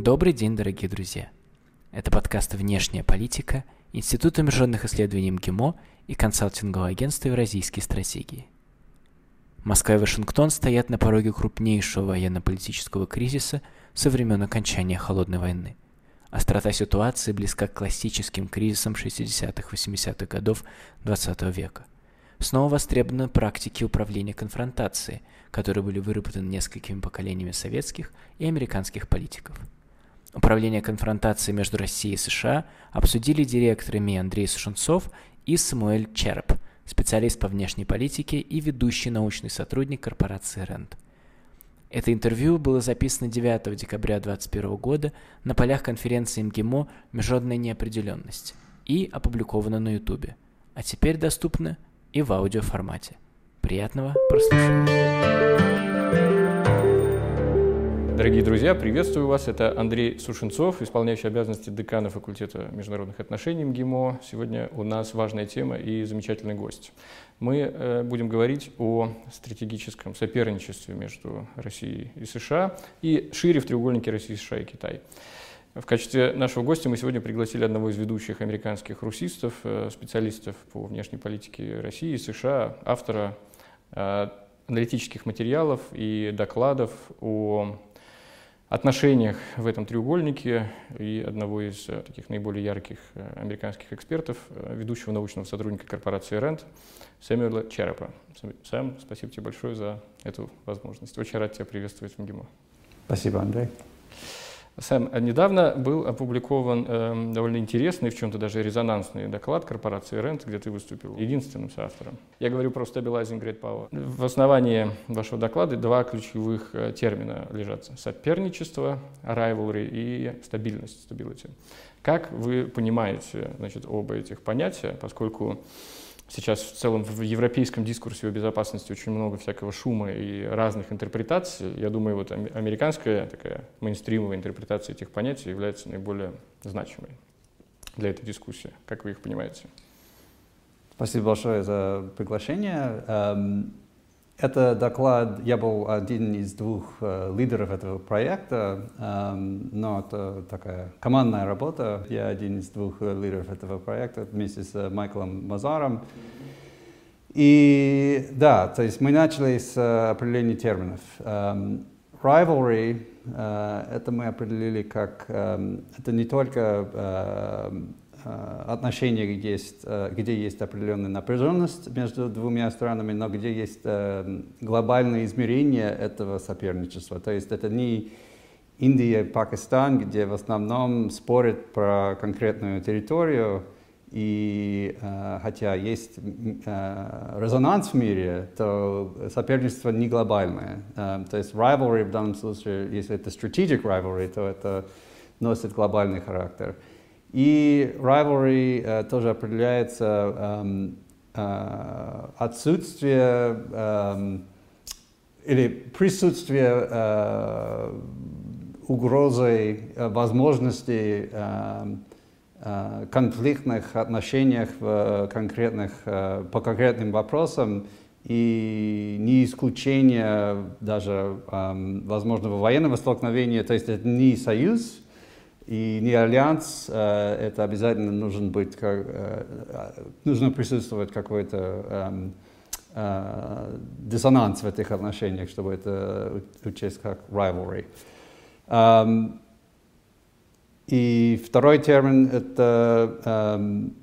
Добрый день, дорогие друзья! Это подкаст «Внешняя политика» Института международных исследований МГИМО и консалтингового агентства «Евразийские стратегии». Москва и Вашингтон стоят на пороге крупнейшего военно-политического кризиса со времен окончания Холодной войны. Острота ситуации близка к классическим кризисам 60-80-х годов XX века. Снова востребованы практики управления конфронтацией, которые были выработаны несколькими поколениями советских и американских политиков. Управление конфронтацией между Россией и США обсудили директоры МИ Андрей Сушенцов и Самуэль Череп, специалист по внешней политике и ведущий научный сотрудник корпорации РЭНД. Это интервью было записано 9 декабря 2021 года на полях конференции МГИМО «Международная неопределенность» и опубликовано на YouTube, а теперь доступно и в аудиоформате. Приятного прослушивания! Дорогие друзья, приветствую вас. Это Андрей Сушенцов, исполняющий обязанности декана факультета международных отношений МГИМО. Сегодня у нас важная тема и замечательный гость. Мы будем говорить о стратегическом соперничестве между Россией и США и шире в треугольнике России, США и Китай. В качестве нашего гостя мы сегодня пригласили одного из ведущих американских русистов, специалистов по внешней политике России и США, автора аналитических материалов и докладов о отношениях в этом треугольнике и одного из таких наиболее ярких американских экспертов, ведущего научного сотрудника корпорации РЭНД Самуэля Черепа. Сэм, спасибо тебе большое за эту возможность. Очень рад тебя приветствовать в МГИМО. Спасибо, Андрей. Сэм, недавно был опубликован довольно интересный, в чем-то даже резонансный доклад корпорации РЭНД, где ты выступил единственным соавтором. Я говорю про Stabilizing Great Power. В основании вашего доклада два ключевых термина лежат: соперничество, rivalry, и стабильность, stability. Как вы понимаете, оба этих понятия, поскольку сейчас в целом в европейском дискурсе о безопасности очень много всякого шума и разных интерпретаций. Я думаю, вот американская такая мейнстримовая интерпретация этих понятий является наиболее значимой для этой дискуссии. Как вы их понимаете? Спасибо большое за приглашение. Это доклад, я был один из двух лидеров этого проекта, но это такая командная работа. Я один из двух лидеров этого проекта вместе с Майклом Мазаром. И да, то есть мы начали с определения терминов. Rivalry, это мы определили как, это не только отношения, где есть определенная напряженность между двумя странами, но где есть глобальное измерение этого соперничества. То есть это не Индия и Пакистан, где в основном спорят про конкретную территорию, и хотя есть резонанс в мире, то соперничество не глобальное. То есть rivalry в данном случае, если это strategic rivalry, то это носит глобальный характер. И rivalry тоже определяется отсутствие или присутствие угрозы, возможностей конфликтных отношениях по конкретным вопросам, и не исключение даже возможного военного столкновения. То есть это не союз и не альянс, это обязательно нужно присутствовать какой-то диссонанс в этих отношениях, чтобы это учесть как rivalry. И второй термин — это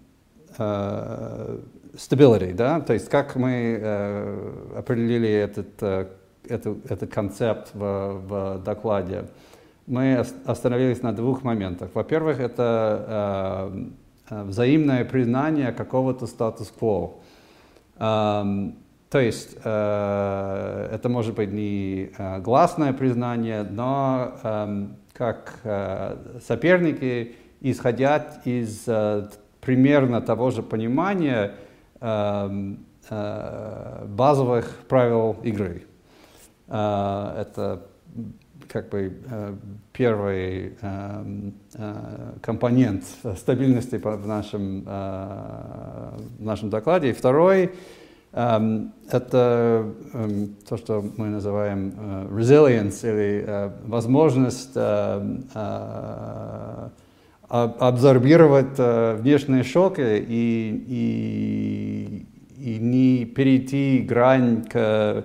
stability, да? То есть как мы определили этот концепт в докладе. Мы остановились на двух моментах. Во-первых, это взаимное признание какого-то статус-кво. То есть это может быть не гласное признание, но как соперники исходят из примерно того же понимания базовых правил игры. Это как бы первый компонент стабильности в нашем докладе. И второй Это то, что мы называем resilience, или возможность абсорбировать внешние шоки и не перейти грань к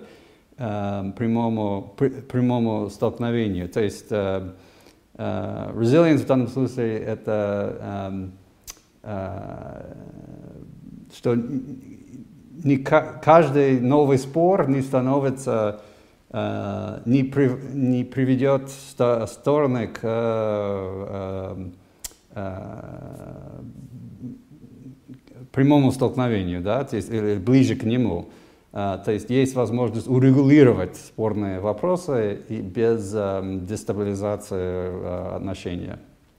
прямому столкновению. То есть resilience в данном случае это что не каждый новый спор не становится, не приведет стороны к прямому столкновению, да, то есть, или ближе к нему. То есть есть возможность урегулировать спорные вопросы и без дестабилизации отношений.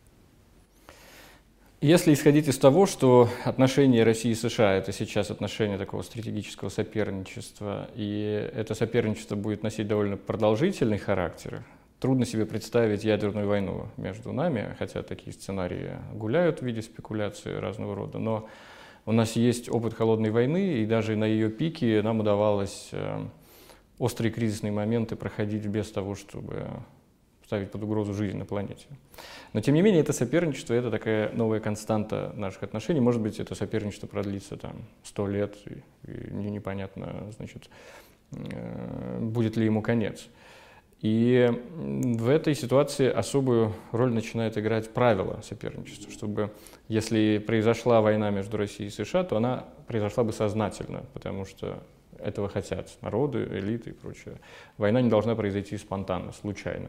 Если исходить из того, что отношения России и США — это сейчас отношения такого стратегического соперничества, и это соперничество будет носить довольно продолжительный характер, трудно себе представить ядерную войну между нами, хотя такие сценарии гуляют в виде спекуляций разного рода, но у нас есть опыт холодной войны, и даже на ее пике нам удавалось острые кризисные моменты проходить без того, чтобы ставить под угрозу жизнь на планете. Но, тем не менее, это соперничество — это такая новая константа наших отношений. Может быть, это соперничество продлится 100 лет, и непонятно, значит, будет ли ему конец. И в этой ситуации особую роль начинает играть правила соперничества, чтобы, если произошла война между Россией и США, то она произошла бы сознательно, потому что этого хотят народы, элиты и прочее. Война не должна произойти спонтанно, случайно,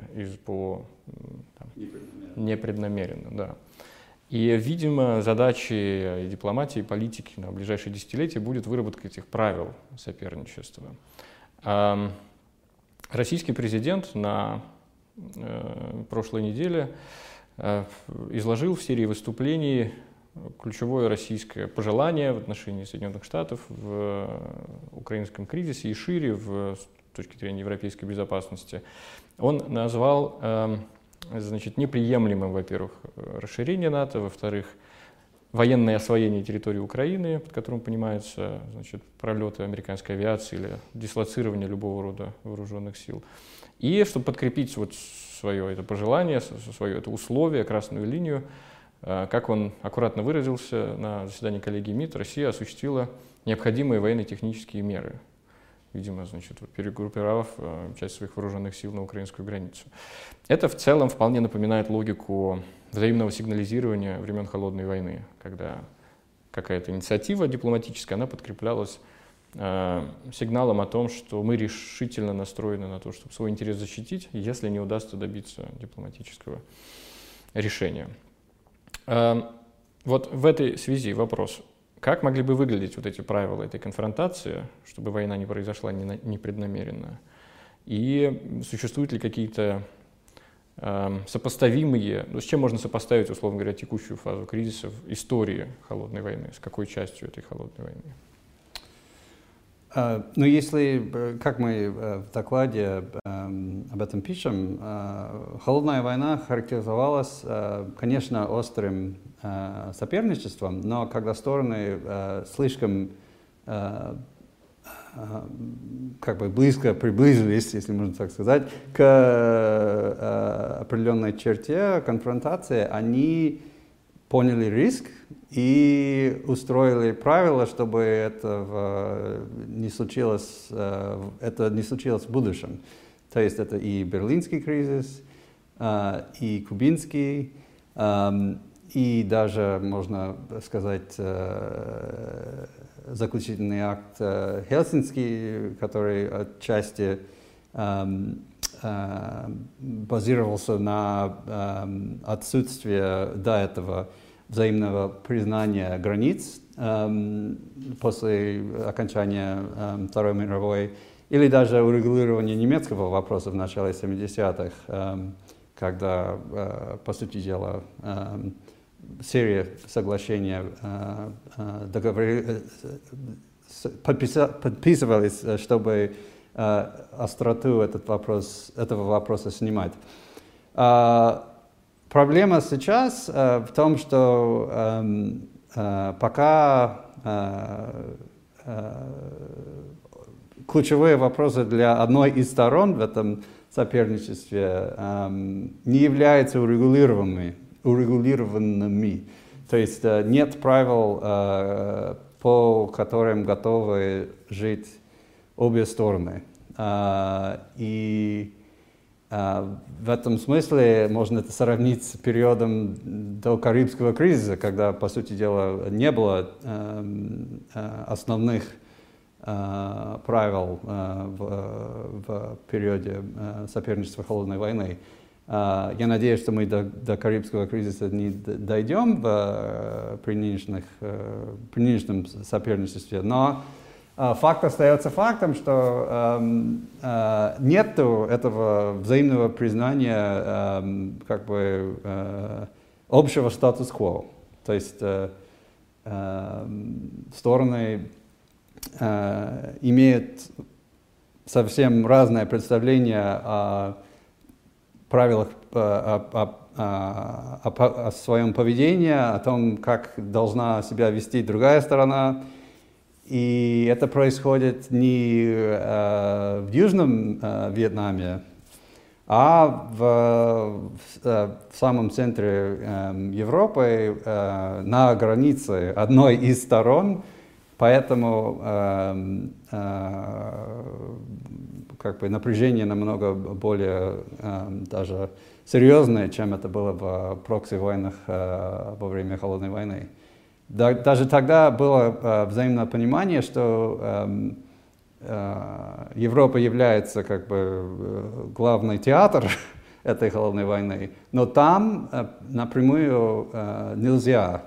непреднамеренно. Да. И, видимо, задачей дипломатии и политики на ближайшие десятилетия будет выработка этих правил соперничества. Российский президент на прошлой неделе изложил в серии выступлений ключевое российское пожелание в отношении Соединенных Штатов в украинском кризисе и шире с точки зрения европейской безопасности. Он назвал, значит, неприемлемым, во-первых, расширение НАТО, во-вторых, военное освоение территории Украины, под которым понимаются, значит, пролеты американской авиации или дислоцирование любого рода вооруженных сил. И чтобы подкрепить вот свое это пожелание, свое это условие, красную линию, как он аккуратно выразился на заседании коллегии МИД, Россия осуществила необходимые военно-технические меры, видимо, значит, перегруппировав часть своих вооруженных сил на украинскую границу. Это в целом вполне напоминает логику взаимного сигнализирования времен Холодной войны, когда какая-то инициатива дипломатическая, она подкреплялась сигналом о том, что мы решительно настроены на то, чтобы свой интерес защитить, если не удастся добиться дипломатического решения. Вот в этой связи вопрос: как могли бы выглядеть вот эти правила этой конфронтации, чтобы война не произошла непреднамеренно? И существуют ли какие-то сопоставимые, с чем можно сопоставить, условно говоря, текущую фазу кризиса в истории Холодной войны, с какой частью этой Холодной войны? Ну, если, как мы в докладе об этом пишем, холодная война характеризовалась, конечно, острым соперничеством, но когда стороны слишком как бы близко приблизились, если можно так сказать, к определенной черте конфронтации, они поняли риск и устроили правила, чтобы это не случилось в будущем. То есть это и Берлинский кризис, и Кубинский, и даже, можно сказать, заключительный акт Хельсинский, который отчасти базировался на отсутствии до этого взаимного признания границ после окончания Второй мировой, или даже урегулирования немецкого вопроса в начале 70-х, когда, по сути дела, серия соглашений подписывались, чтобы остроту этого вопроса снимать. Проблема сейчас в том, что пока ключевые вопросы для одной из сторон в этом соперничестве не являются урегулированными. То есть нет правил, по которым готовы жить обе стороны. И в этом смысле можно это сравнить с периодом до Карибского кризиса, когда, по сути дела, не было основных правил в периоде соперничества холодной войны. Я надеюсь, что мы до Карибского кризиса не дойдем при нынешнем соперничестве, но факт остается фактом, что нет этого взаимного признания общего статус-кво. То есть стороны имеют совсем разное представление о правилах, о своем поведении, о том, как должна себя вести другая сторона. И это происходит не в Южном Вьетнаме, а в самом центре Европы, на границе одной из сторон. Поэтому напряжение намного более даже серьезное, чем это было в прокси-войнах во время Холодной войны. Даже тогда было взаимное понимание, что Европа является главный театр этой Холодной войны, но там напрямую нельзя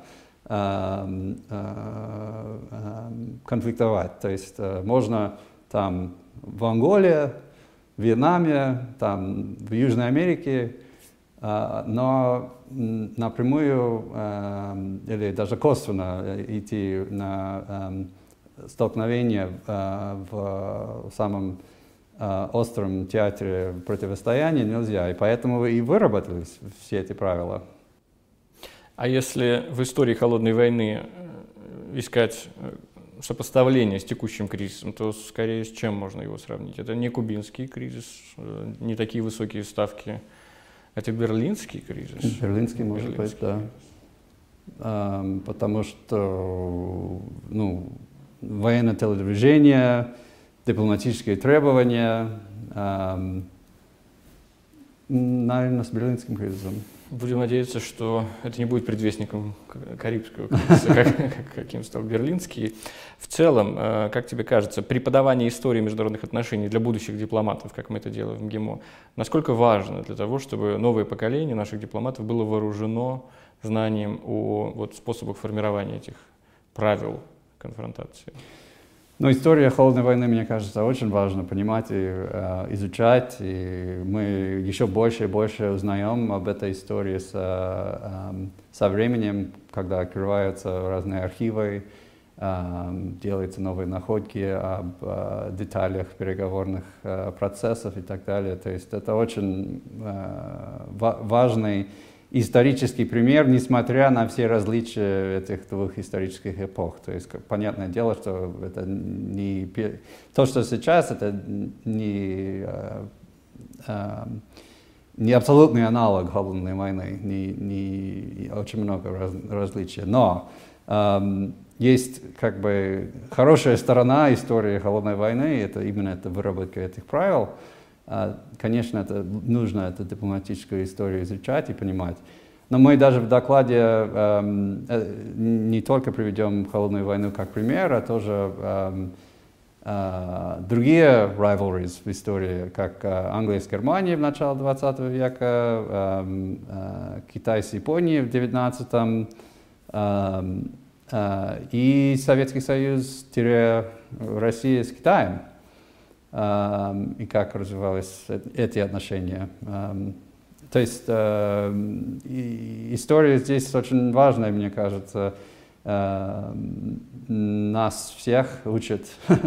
конфликтовать. То есть можно там в Анголе, в Вьетнаме, там в Южной Америке, но напрямую или даже косвенно идти на столкновение в самом остром театре противостояния нельзя. И поэтому и выработались все эти правила. А если в истории Холодной войны искать сопоставление с текущим кризисом, то скорее с чем можно его сравнить? Это не кубинский кризис, не такие высокие ставки. Это берлинский кризис? Берлинский, может быть, да. Потому что военное телодвижение, дипломатические требования, наверное, с берлинским кризисом. Будем надеяться, что это не будет предвестником Карибского кризиса, каким стал берлинский. В целом, как тебе кажется, преподавание истории международных отношений для будущих дипломатов, как мы это делаем в МГИМО, насколько важно для того, чтобы новое поколение наших дипломатов было вооружено знанием о способах формирования этих правил конфронтации? Но история Холодной войны, мне кажется, очень важно понимать и изучать. И мы еще больше и больше узнаем об этой истории со временем, когда открываются разные архивы, делаются новые находки об деталях переговорных процессов и так далее. То есть это очень важный исторический пример, несмотря на все различия этих двух исторических эпох. То есть, понятное дело, что это не то, что сейчас, это не абсолютный аналог Холодной войны, не очень много различий. Но есть хорошая сторона истории Холодной войны, это именно выработка этих правил. Конечно, это нужно эту дипломатическую историю изучать и понимать. Но мы даже в докладе не только приведем Холодную войну как пример, а тоже другие rivalries в истории, как Англия с Германией в начале 20 века, Китай с Японией в 19-м, и Советский Союз-Россия с Китаем. И как развивались эти отношения. То есть история здесь очень важная, мне кажется. Нас всех учат,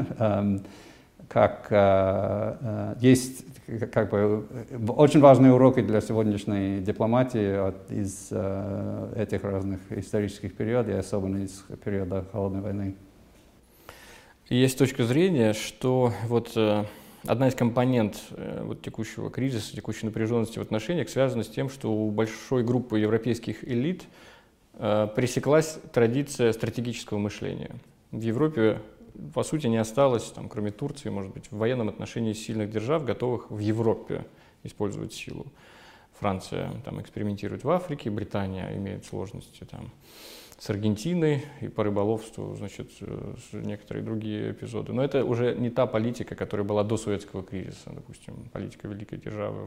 как есть очень важные уроки для сегодняшней дипломатии из этих разных исторических периодов, и особенно из периода Холодной войны. есть точка зрения, что вот одна из компонент вот текущего кризиса, текущей напряженности в отношениях связана с тем, что у большой группы европейских элит пресеклась традиция стратегического мышления. В Европе, по сути, не осталось, там, кроме Турции, может быть, в военном отношении сильных держав, готовых в Европе использовать силу. Франция там экспериментирует в Африке, Британия имеет сложности там с Аргентиной и по рыболовству, значит, некоторые другие эпизоды. Но это уже не та политика, которая была до советского кризиса, допустим, политика великой державы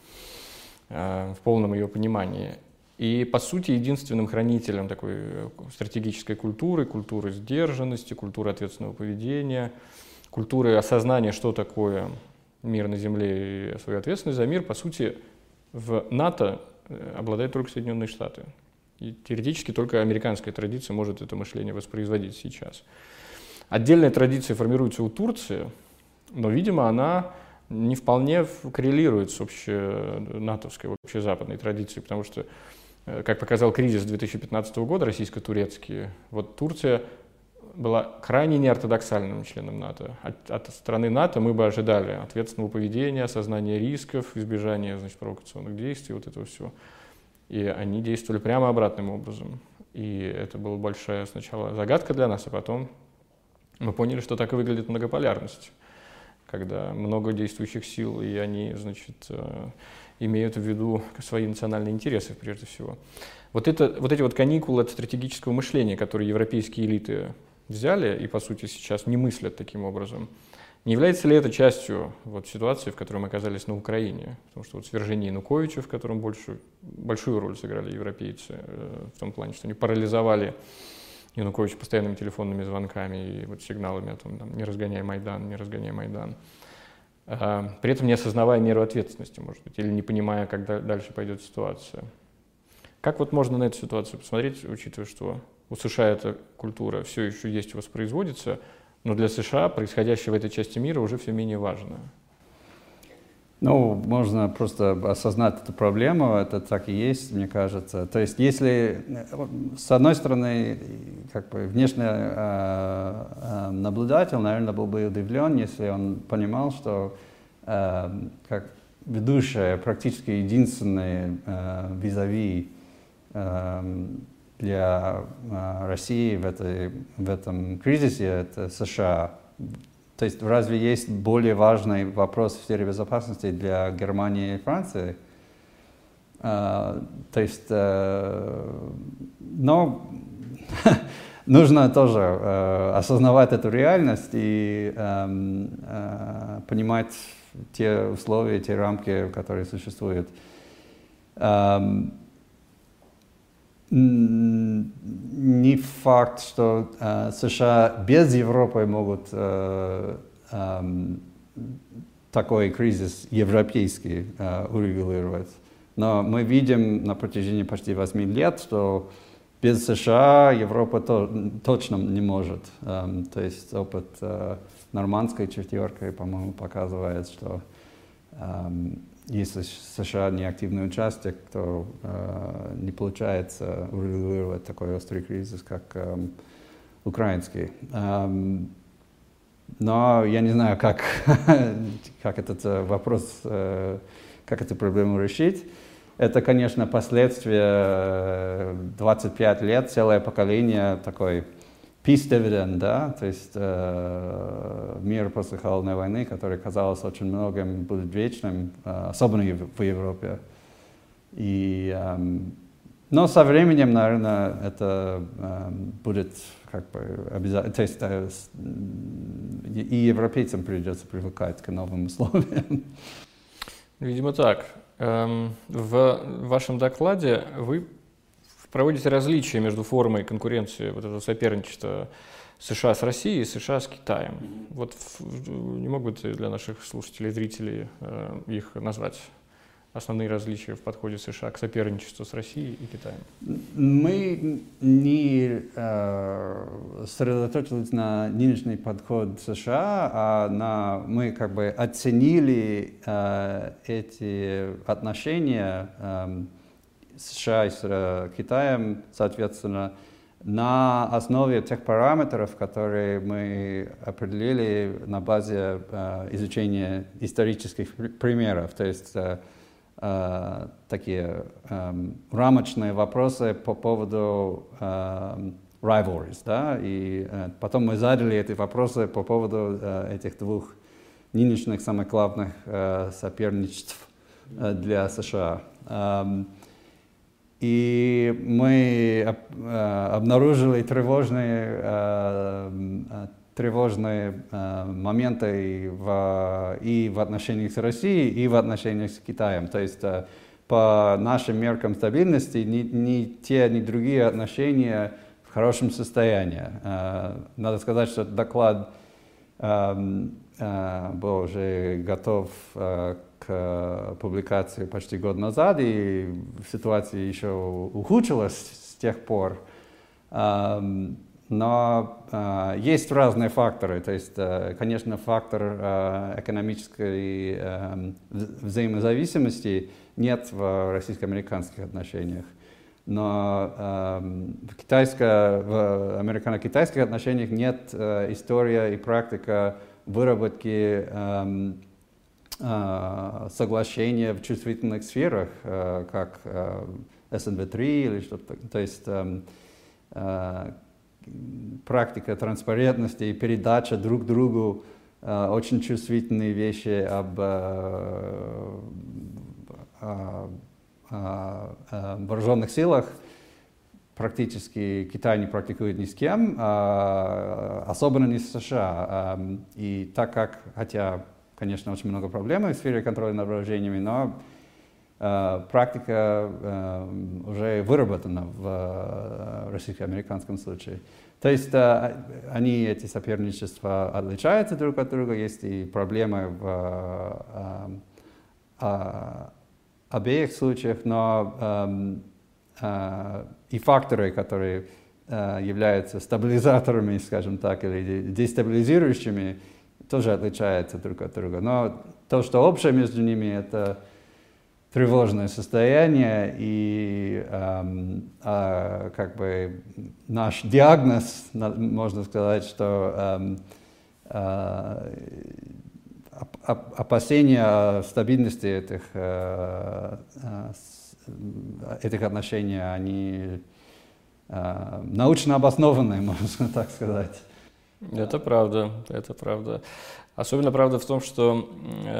в полном ее понимании. И, по сути, единственным хранителем такой стратегической культуры сдержанности, культуры ответственного поведения, культуры осознания, что такое мир на Земле и свою ответственность за мир, по сути, в НАТО обладают только Соединенные Штаты. И теоретически только американская традиция может это мышление воспроизводить сейчас. Отдельная традиция формируется у Турции, но, видимо, она не вполне коррелирует с общей натовской, общей западной традицией, потому что, как показал кризис 2015 года, российско-турецкий, вот Турция была крайне неортодоксальным членом НАТО. От страны НАТО мы бы ожидали ответственного поведения, осознания рисков, избежания, значит, провокационных действий, вот этого всего. И они действовали прямо обратным образом. И это была большая сначала загадка для нас, а потом мы поняли, что так и выглядит многополярность, когда много действующих сил, и они, значит, имеют в виду свои национальные интересы прежде всего. Вот эти вот каникулы от стратегического мышления, которые европейские элиты взяли и, по сути, сейчас не мыслят таким образом, не является ли это частью вот ситуации, в которой мы оказались на Украине? Потому что вот свержение Януковича, в котором большую роль сыграли европейцы, в том плане, что они парализовали Януковича постоянными телефонными звонками и вот сигналами о том, там, не разгоняй Майдан, не разгоняй Майдан. При этом не осознавая меру ответственности, может быть, или не понимая, как дальше пойдет ситуация. Как вот можно на эту ситуацию посмотреть, учитывая, что у США эта культура все еще есть и воспроизводится, но для США происходящее в этой части мира уже все менее важно? Ну, можно просто осознать эту проблему, это так и есть, мне кажется. То есть, если, с одной стороны, как бы внешний наблюдатель, наверное, был бы удивлен, если он понимал, что как ведущая, практически единственная визави для России в этом кризисе — это США. То есть разве есть более важный вопрос в сфере безопасности для Германии и Франции? То есть, но нужно тоже осознавать эту реальность и понимать те условия, те рамки, которые существуют. Не факт, что США без Европы могут такой кризис европейский урегулировать. Но мы видим на протяжении почти 8 лет, что без США Европа точно не может. То есть опыт нормандской четверки, по-моему, показывает, что если США не активный участник, то не получается урегулировать такой острый кризис, как украинский. Но я не знаю, как этот вопрос, как эту проблему решить. Это, конечно, последствия 25 лет, целое поколение такой peace dividend, да, то есть мир после холодной войны, который, казалось, очень многим будет вечным, особенно в Европе. Но со временем, наверное, это будет как бы обязательно, то есть и европейцам придется привыкать к новым условиям. Видимо, так. В вашем докладе вы проводите различия между формой конкуренции, вот этого соперничества США с Россией и США с Китаем. Вот не могут для наших слушателей и зрителей их назвать? Основные различия в подходе США к соперничеству с Россией и Китаем? Мы не сосредоточились на нынешний подход США, а мы как бы оценили эти отношения США с Китаем, соответственно, на основе тех параметров, которые мы определили на базе изучения исторических примеров, то есть такие рамочные вопросы по поводу rivalries, да, и потом мы задали эти вопросы по поводу этих двух нынешних самых главных соперничеств для США. И мы обнаружили тревожные моменты и в отношениях с Россией, и в отношениях с Китаем. То есть по нашим меркам стабильности ни те, ни другие отношения в хорошем состоянии. Надо сказать, что доклад был уже готов к публикации почти год назад, и ситуация еще ухудшилась с тех пор. Но есть разные факторы. То есть, конечно, фактор экономической взаимозависимости нет в российско-американских отношениях. Но в американо-китайских отношениях нет история и практика выработки соглашения в чувствительных сферах, как СНВ-3 или что-то. То есть практика транспарентности и передача друг другу очень чувствительные вещи об вооруженных силах практически Китай не практикует ни с кем, особенно не с США. И так как, хотя, конечно, очень много проблем в сфере контроля над вооружениями, но практика уже выработана в российско-американском случае. То есть эти соперничества отличаются друг от друга, есть и проблемы в обеих случаях, но и факторы, которые являются стабилизаторами, скажем так, или дестабилизирующими, тоже отличаются друг от друга. Но то, что общее между ними, это тревожное состояние, и как бы наш диагноз, можно сказать, что опасения о стабильности этих отношений, они научно обоснованные, можно так сказать. Это правда, это правда. Особенно правда в том, что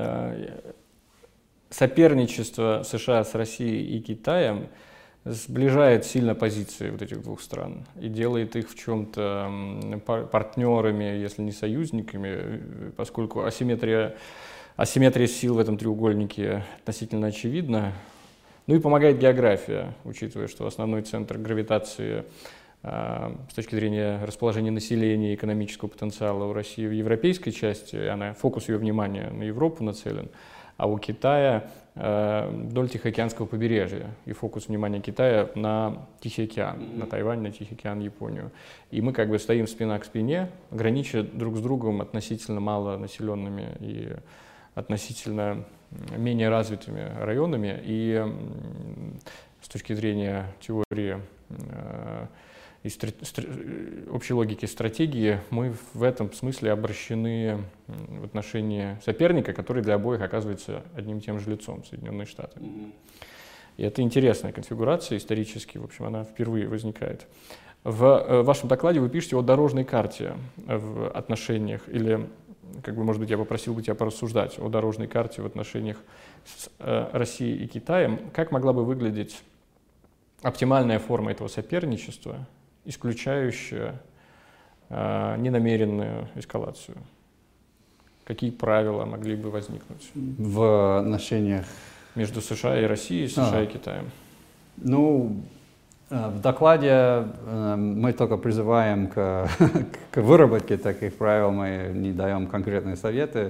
соперничество США с Россией и Китаем сближает сильно позиции вот этих двух стран и делает их в чем-то партнерами, если не союзниками, поскольку асимметрия сил в этом треугольнике относительно очевидна. Ну и помогает география, учитывая, что основной центр гравитации с точки зрения расположения населения и экономического потенциала у России в европейской части, фокус ее внимания на Европу нацелен, а у Китая вдоль Тихоокеанского побережья, и фокус внимания Китая на Тихий океан, на Тайвань, на Тихий океан, Японию. И мы как бы стоим спина к спине, гранича друг с другом относительно малонаселенными и относительно менее развитыми районами. И с точки зрения теории и общей логики стратегии, мы в этом смысле обращены в отношении соперника, который для обоих оказывается одним и тем же лицом, Соединенные Штаты. И это интересная конфигурация, исторически, в общем, она впервые возникает. В вашем докладе вы пишете о дорожной карте в отношениях, или, как бы, может быть, я попросил бы тебя порассуждать о дорожной карте в отношениях с Россией и Китаем. Как могла бы выглядеть оптимальная форма этого соперничества, исключающая ненамеренную эскалацию? Какие правила могли бы возникнуть в отношениях между США и Россией, США и Китаем? Ну, в докладе мы только призываем к выработке таких правил, мы не даем конкретные советы,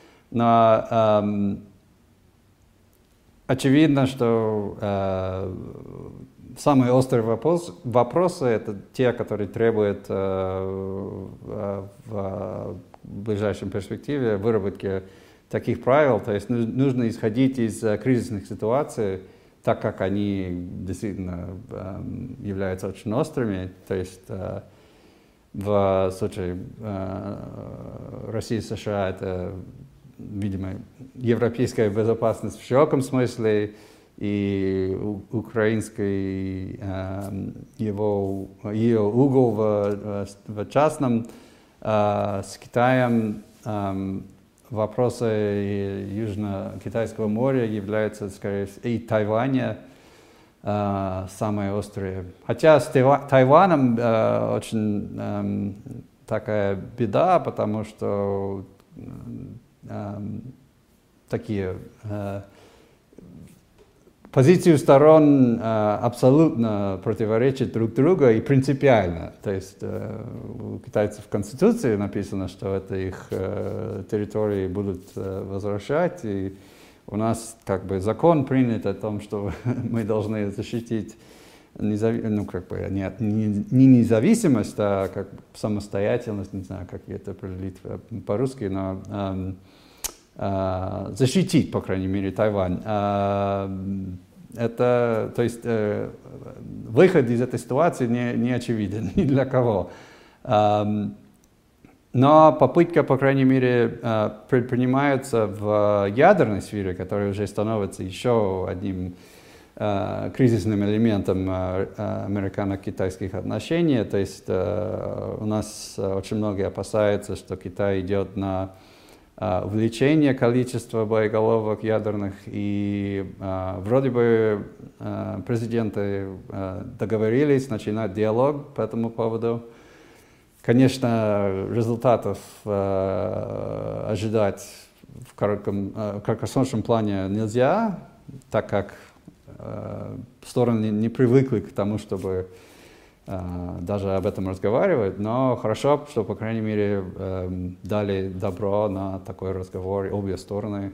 но очевидно, что самые острые вопросы — это те, которые требуют в ближайшем перспективе выработки таких правил. То есть нужно исходить из кризисных ситуаций, так как они действительно являются очень острыми, то есть в случае России и США это, видимо, европейская безопасность в широком смысле, и украинский ее угол в частном. С Китаем вопросы Южно-Китайского моря являются, скорее всего, и Тайваня самые острые. Хотя с Тайваном очень такая беда, потому что такие позиции сторон абсолютно противоречат друг другу и принципиально. То есть у китайцев в Конституции написано, что это их территории будут возвращать, и у нас как бы закон принят о том, что мы должны защитить не независимость, а как самостоятельность, не знаю, как это определить по-русски, но защитить, по крайней мере, Тайвань. Это, то есть, выход из этой ситуации не очевиден ни для кого. Но попытка, по крайней мере, предпринимается в ядерной сфере, которая уже становится еще одним кризисным элементом американо-китайских отношений. То есть у нас очень многие опасаются, что Китай идет на увеличение количества боеголовок ядерных, и вроде бы президенты договорились начинать диалог по этому поводу. Конечно, результатов ожидать в краткосрочном плане нельзя, так как стороны не привыкли к тому, чтобы даже об этом разговаривать, но хорошо, что, по крайней мере, дали добро на такой разговор обе стороны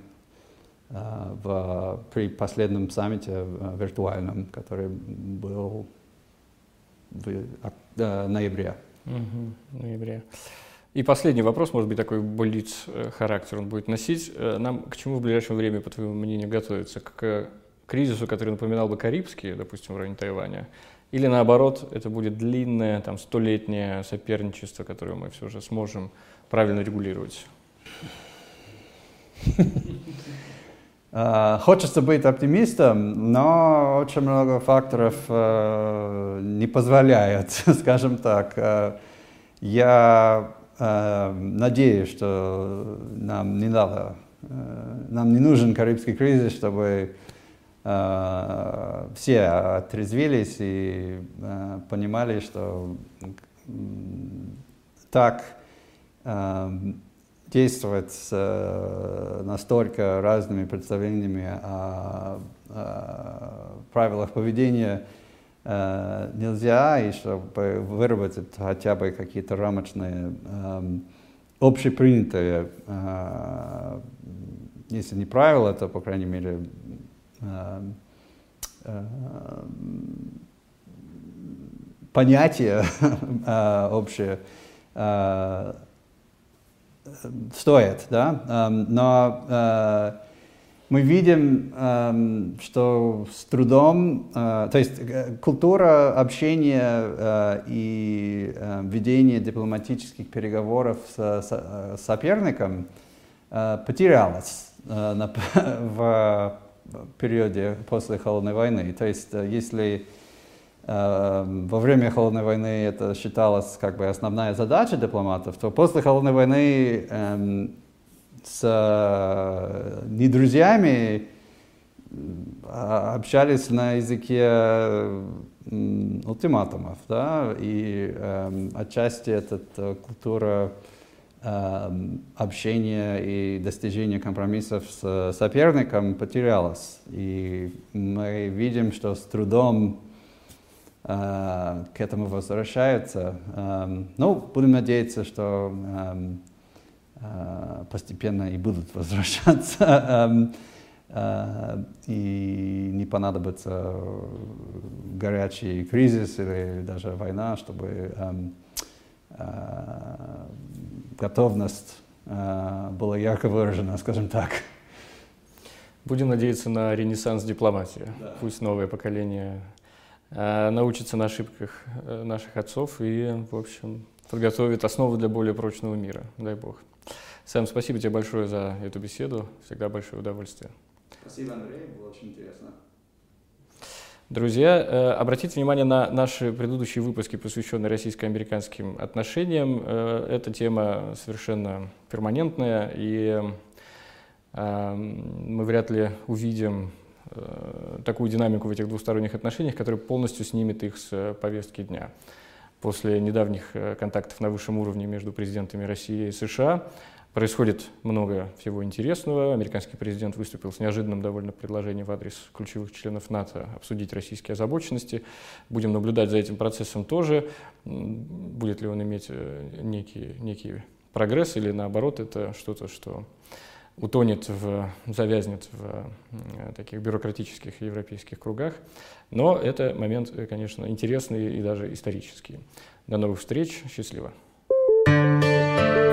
при последнем саммите виртуальном, который был в ноябре. Ноябре. И последний вопрос, может быть, такой блиц-характер он будет носить. Нам к чему в ближайшее время, по твоему мнению, готовиться? К кризису, который напоминал бы Карибский, допустим, в районе Тайваня? Или наоборот, это будет длинное, там, столетнее соперничество, которое мы все же сможем правильно регулировать? Хочется быть оптимистом, но очень много факторов не позволяют, скажем так. Я надеюсь, что нам не нужен Карибский кризис, чтобы все отрезвились и понимали, что так действовать с настолько разными представлениями о правилах поведения нельзя, и чтобы выработать хотя бы какие-то рамочные, общепринятые, если не правила, то, по крайней мере, понятия общие стоят, да? Но мы видим, что с трудом, то есть культура общения и ведения дипломатических переговоров с соперником потерялась в периоде после Холодной войны. То есть если во время Холодной войны это считалось как бы основная задача дипломатов, то после Холодной войны с недрузьями общались на языке ультиматумов, да, и отчасти эта культура общения и достижения компромиссов с соперником потерялась. И мы видим, что с трудом к этому возвращаются. Ну, будем надеяться, что постепенно и будут возвращаться, и не понадобится горячий кризис или даже война, чтобы готовность была ярко выражена, скажем так. Будем надеяться на ренессанс дипломатии. Да. Пусть новое поколение научится на ошибках наших отцов и, в общем, подготовит основу для более прочного мира. Дай Бог. Сэм, спасибо тебе большое за эту беседу. Всегда большое удовольствие. Спасибо, Андрей. Было очень интересно. Друзья, обратите внимание на наши предыдущие выпуски, посвященные российско-американским отношениям. Эта тема совершенно перманентная, и мы вряд ли увидим такую динамику в этих двусторонних отношениях, которая полностью снимет их с повестки дня. После недавних контактов на высшем уровне между президентами России и США происходит много всего интересного. Американский президент выступил с неожиданным довольно предложением в адрес ключевых членов НАТО обсудить российские озабоченности. Будем наблюдать за этим процессом тоже. Будет ли он иметь некий прогресс или наоборот это что-то, что утонет, завязнет в таких бюрократических европейских кругах. Но это момент, конечно, интересный и даже исторический. До новых встреч. Счастливо.